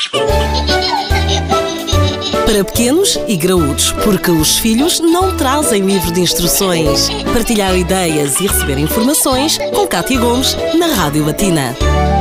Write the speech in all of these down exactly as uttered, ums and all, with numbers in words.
Para pequenos e graúdos, porque os filhos não trazem livro de instruções. Partilhar ideias e receber informações com Cátia Gomes na Rádio Latina.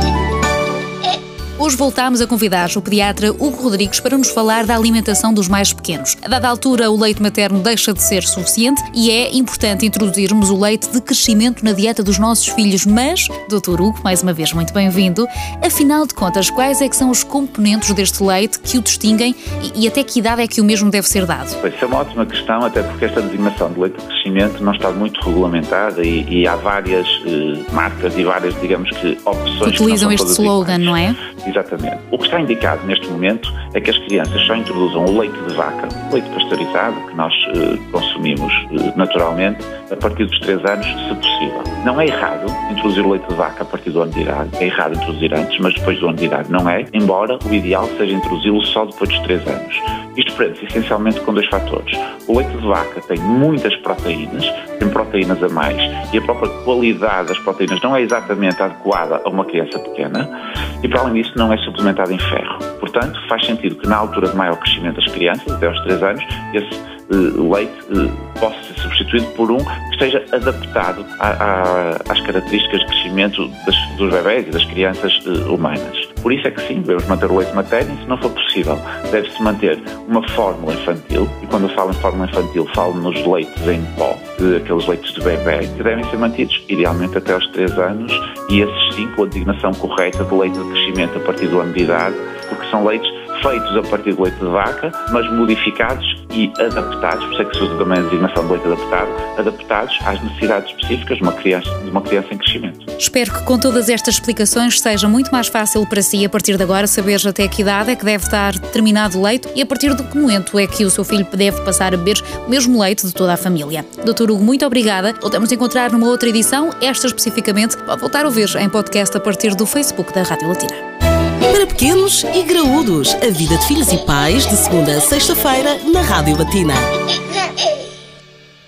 Hoje voltámos a convidar o pediatra Hugo Rodrigues para nos falar da alimentação dos mais pequenos. A dada altura, o leite materno deixa de ser suficiente e é importante introduzirmos o leite de crescimento na dieta dos nossos filhos. Mas, doutor Hugo, mais uma vez muito bem-vindo, afinal de contas, quais é que são os componentes deste leite que o distinguem e, e até que idade é que o mesmo deve ser dado? Pois, isso é uma ótima questão, até porque esta designação de leite de crescimento não está muito regulamentada e, e há várias eh, marcas e várias, digamos que, opções que utilizam que não este slogan, não é? Exatamente. O que está indicado neste momento é que as crianças só introduzam o leite de vaca, o leite pasteurizado, que nós eh, consumimos eh, naturalmente, a partir dos três anos, se possível. Não é errado introduzir o leite de vaca a partir do ano de idade, é errado introduzir antes, mas depois do ano de idade não é, embora o ideal seja introduzi-lo só depois dos três anos. Isto prende-se essencialmente com dois fatores. O leite de vaca tem muitas proteínas, tem proteínas a mais, e a própria qualidade das proteínas não é exatamente adequada a uma criança pequena, e para além disso não é suplementado em ferro. Portanto, faz sentido que na altura de maior crescimento das crianças, até aos três anos, esse uh, leite uh, possa ser substituído por um que esteja adaptado a, a, às características de crescimento das, dos bebés e das crianças uh, humanas. Por isso é que sim, devemos manter o leite materno e, se não for possível, deve-se manter uma fórmula infantil, e quando eu falo em fórmula infantil, falo nos leites em pó, de, aqueles leites de bebê, que devem ser mantidos, idealmente até aos três anos, e esses sim com a designação correta de leite de crescimento a partir do ano de idade, porque são leites feitos a partir do leite de vaca, mas modificados e adaptados, por isso é que se usa também a designação de leite adaptado, adaptados às necessidades específicas de uma criança, de uma criança em crescimento. Espero que com todas estas explicações seja muito mais fácil para si, a partir de agora, saber até que idade é que deve estar determinado o leite e a partir de que momento é que o seu filho deve passar a beber o mesmo leite de toda a família. doutor Hugo, muito obrigada. Voltamos a encontrar numa outra edição, esta especificamente pode voltar a ouvir em podcast a partir do Facebook da Rádio Latina. Para pequenos e graúdos, a vida de filhos e pais, de segunda a sexta-feira, na Rádio Latina.